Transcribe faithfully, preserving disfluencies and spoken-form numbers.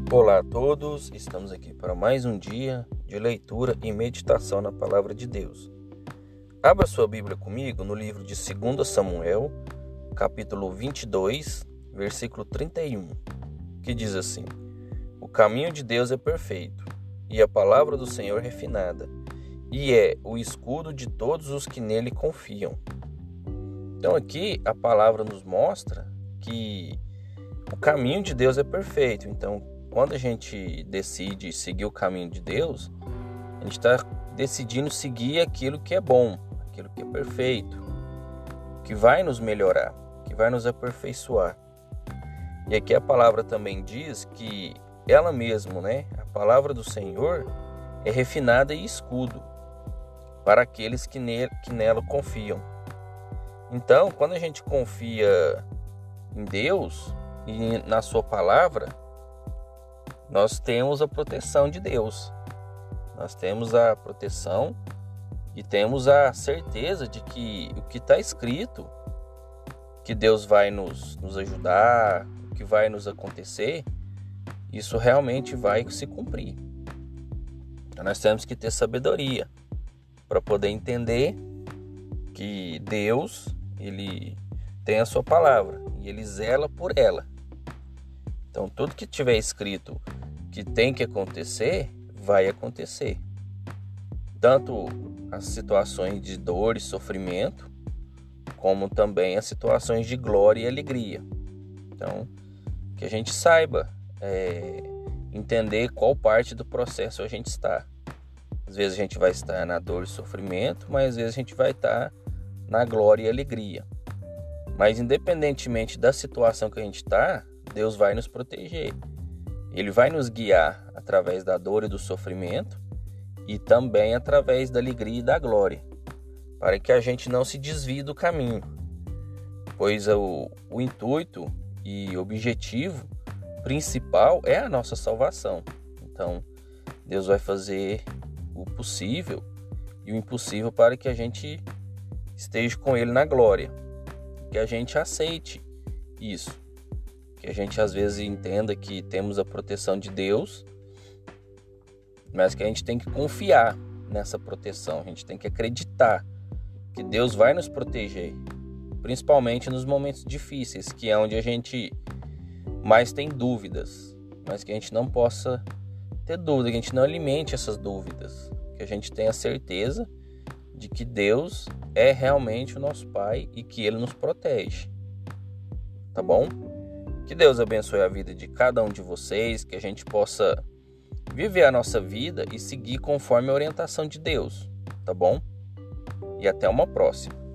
Olá a todos, estamos aqui para mais um dia de leitura e meditação na Palavra de Deus. Abra sua Bíblia comigo no livro de dois Samuel, capítulo vinte e dois, versículo trinta e um, que diz assim: O caminho de Deus é perfeito, e a palavra do Senhor refinada, e é o escudo de todos os que nele confiam. Então aqui a palavra nos mostra que o caminho de Deus é perfeito. Então, quando a gente decide seguir o caminho de Deus, a gente está decidindo seguir aquilo que é bom, aquilo que é perfeito, que vai nos melhorar, que vai nos aperfeiçoar. E aqui a palavra também diz que ela mesma, né, a palavra do Senhor é refinada e escudo para aqueles que, ne- que nela confiam. Então, quando a gente confia em Deus e na sua palavra, nós temos a proteção de Deus. Nós temos a proteção e temos a certeza de que o que está escrito, que Deus vai nos, nos ajudar, o que vai nos acontecer, isso realmente vai se cumprir. Então nós temos que ter sabedoria para poder entender que Deus, Ele tem a sua palavra e Ele zela por ela. Então tudo que tiver escrito que tem que acontecer, vai acontecer. Tanto as situações de dor e sofrimento, como também as situações de glória e alegria. Então, que a gente saiba é, entender qual parte do processo a gente está. Às vezes a gente vai estar na dor e sofrimento, mas às vezes a gente vai estar na glória e alegria. Mas independentemente da situação que a gente está, Deus vai nos proteger. Ele vai nos guiar através da dor e do sofrimento e também através da alegria e da glória, para que a gente não se desvie do caminho, pois o, o intuito e objetivo principal é a nossa salvação. Então, Deus vai fazer o possível e o impossível para que a gente esteja com Ele na glória, que a gente aceite isso. Que a gente às vezes entenda que temos a proteção de Deus, mas que a gente tem que confiar nessa proteção, a gente tem que acreditar que Deus vai nos proteger, principalmente nos momentos difíceis, que é onde a gente mais tem dúvidas, mas que a gente não possa ter dúvida, que a gente não alimente essas dúvidas, que a gente tenha certeza de que Deus é realmente o nosso Pai e que Ele nos protege, tá bom? Que Deus abençoe a vida de cada um de vocês, que a gente possa viver a nossa vida e seguir conforme a orientação de Deus, tá bom? E até uma próxima.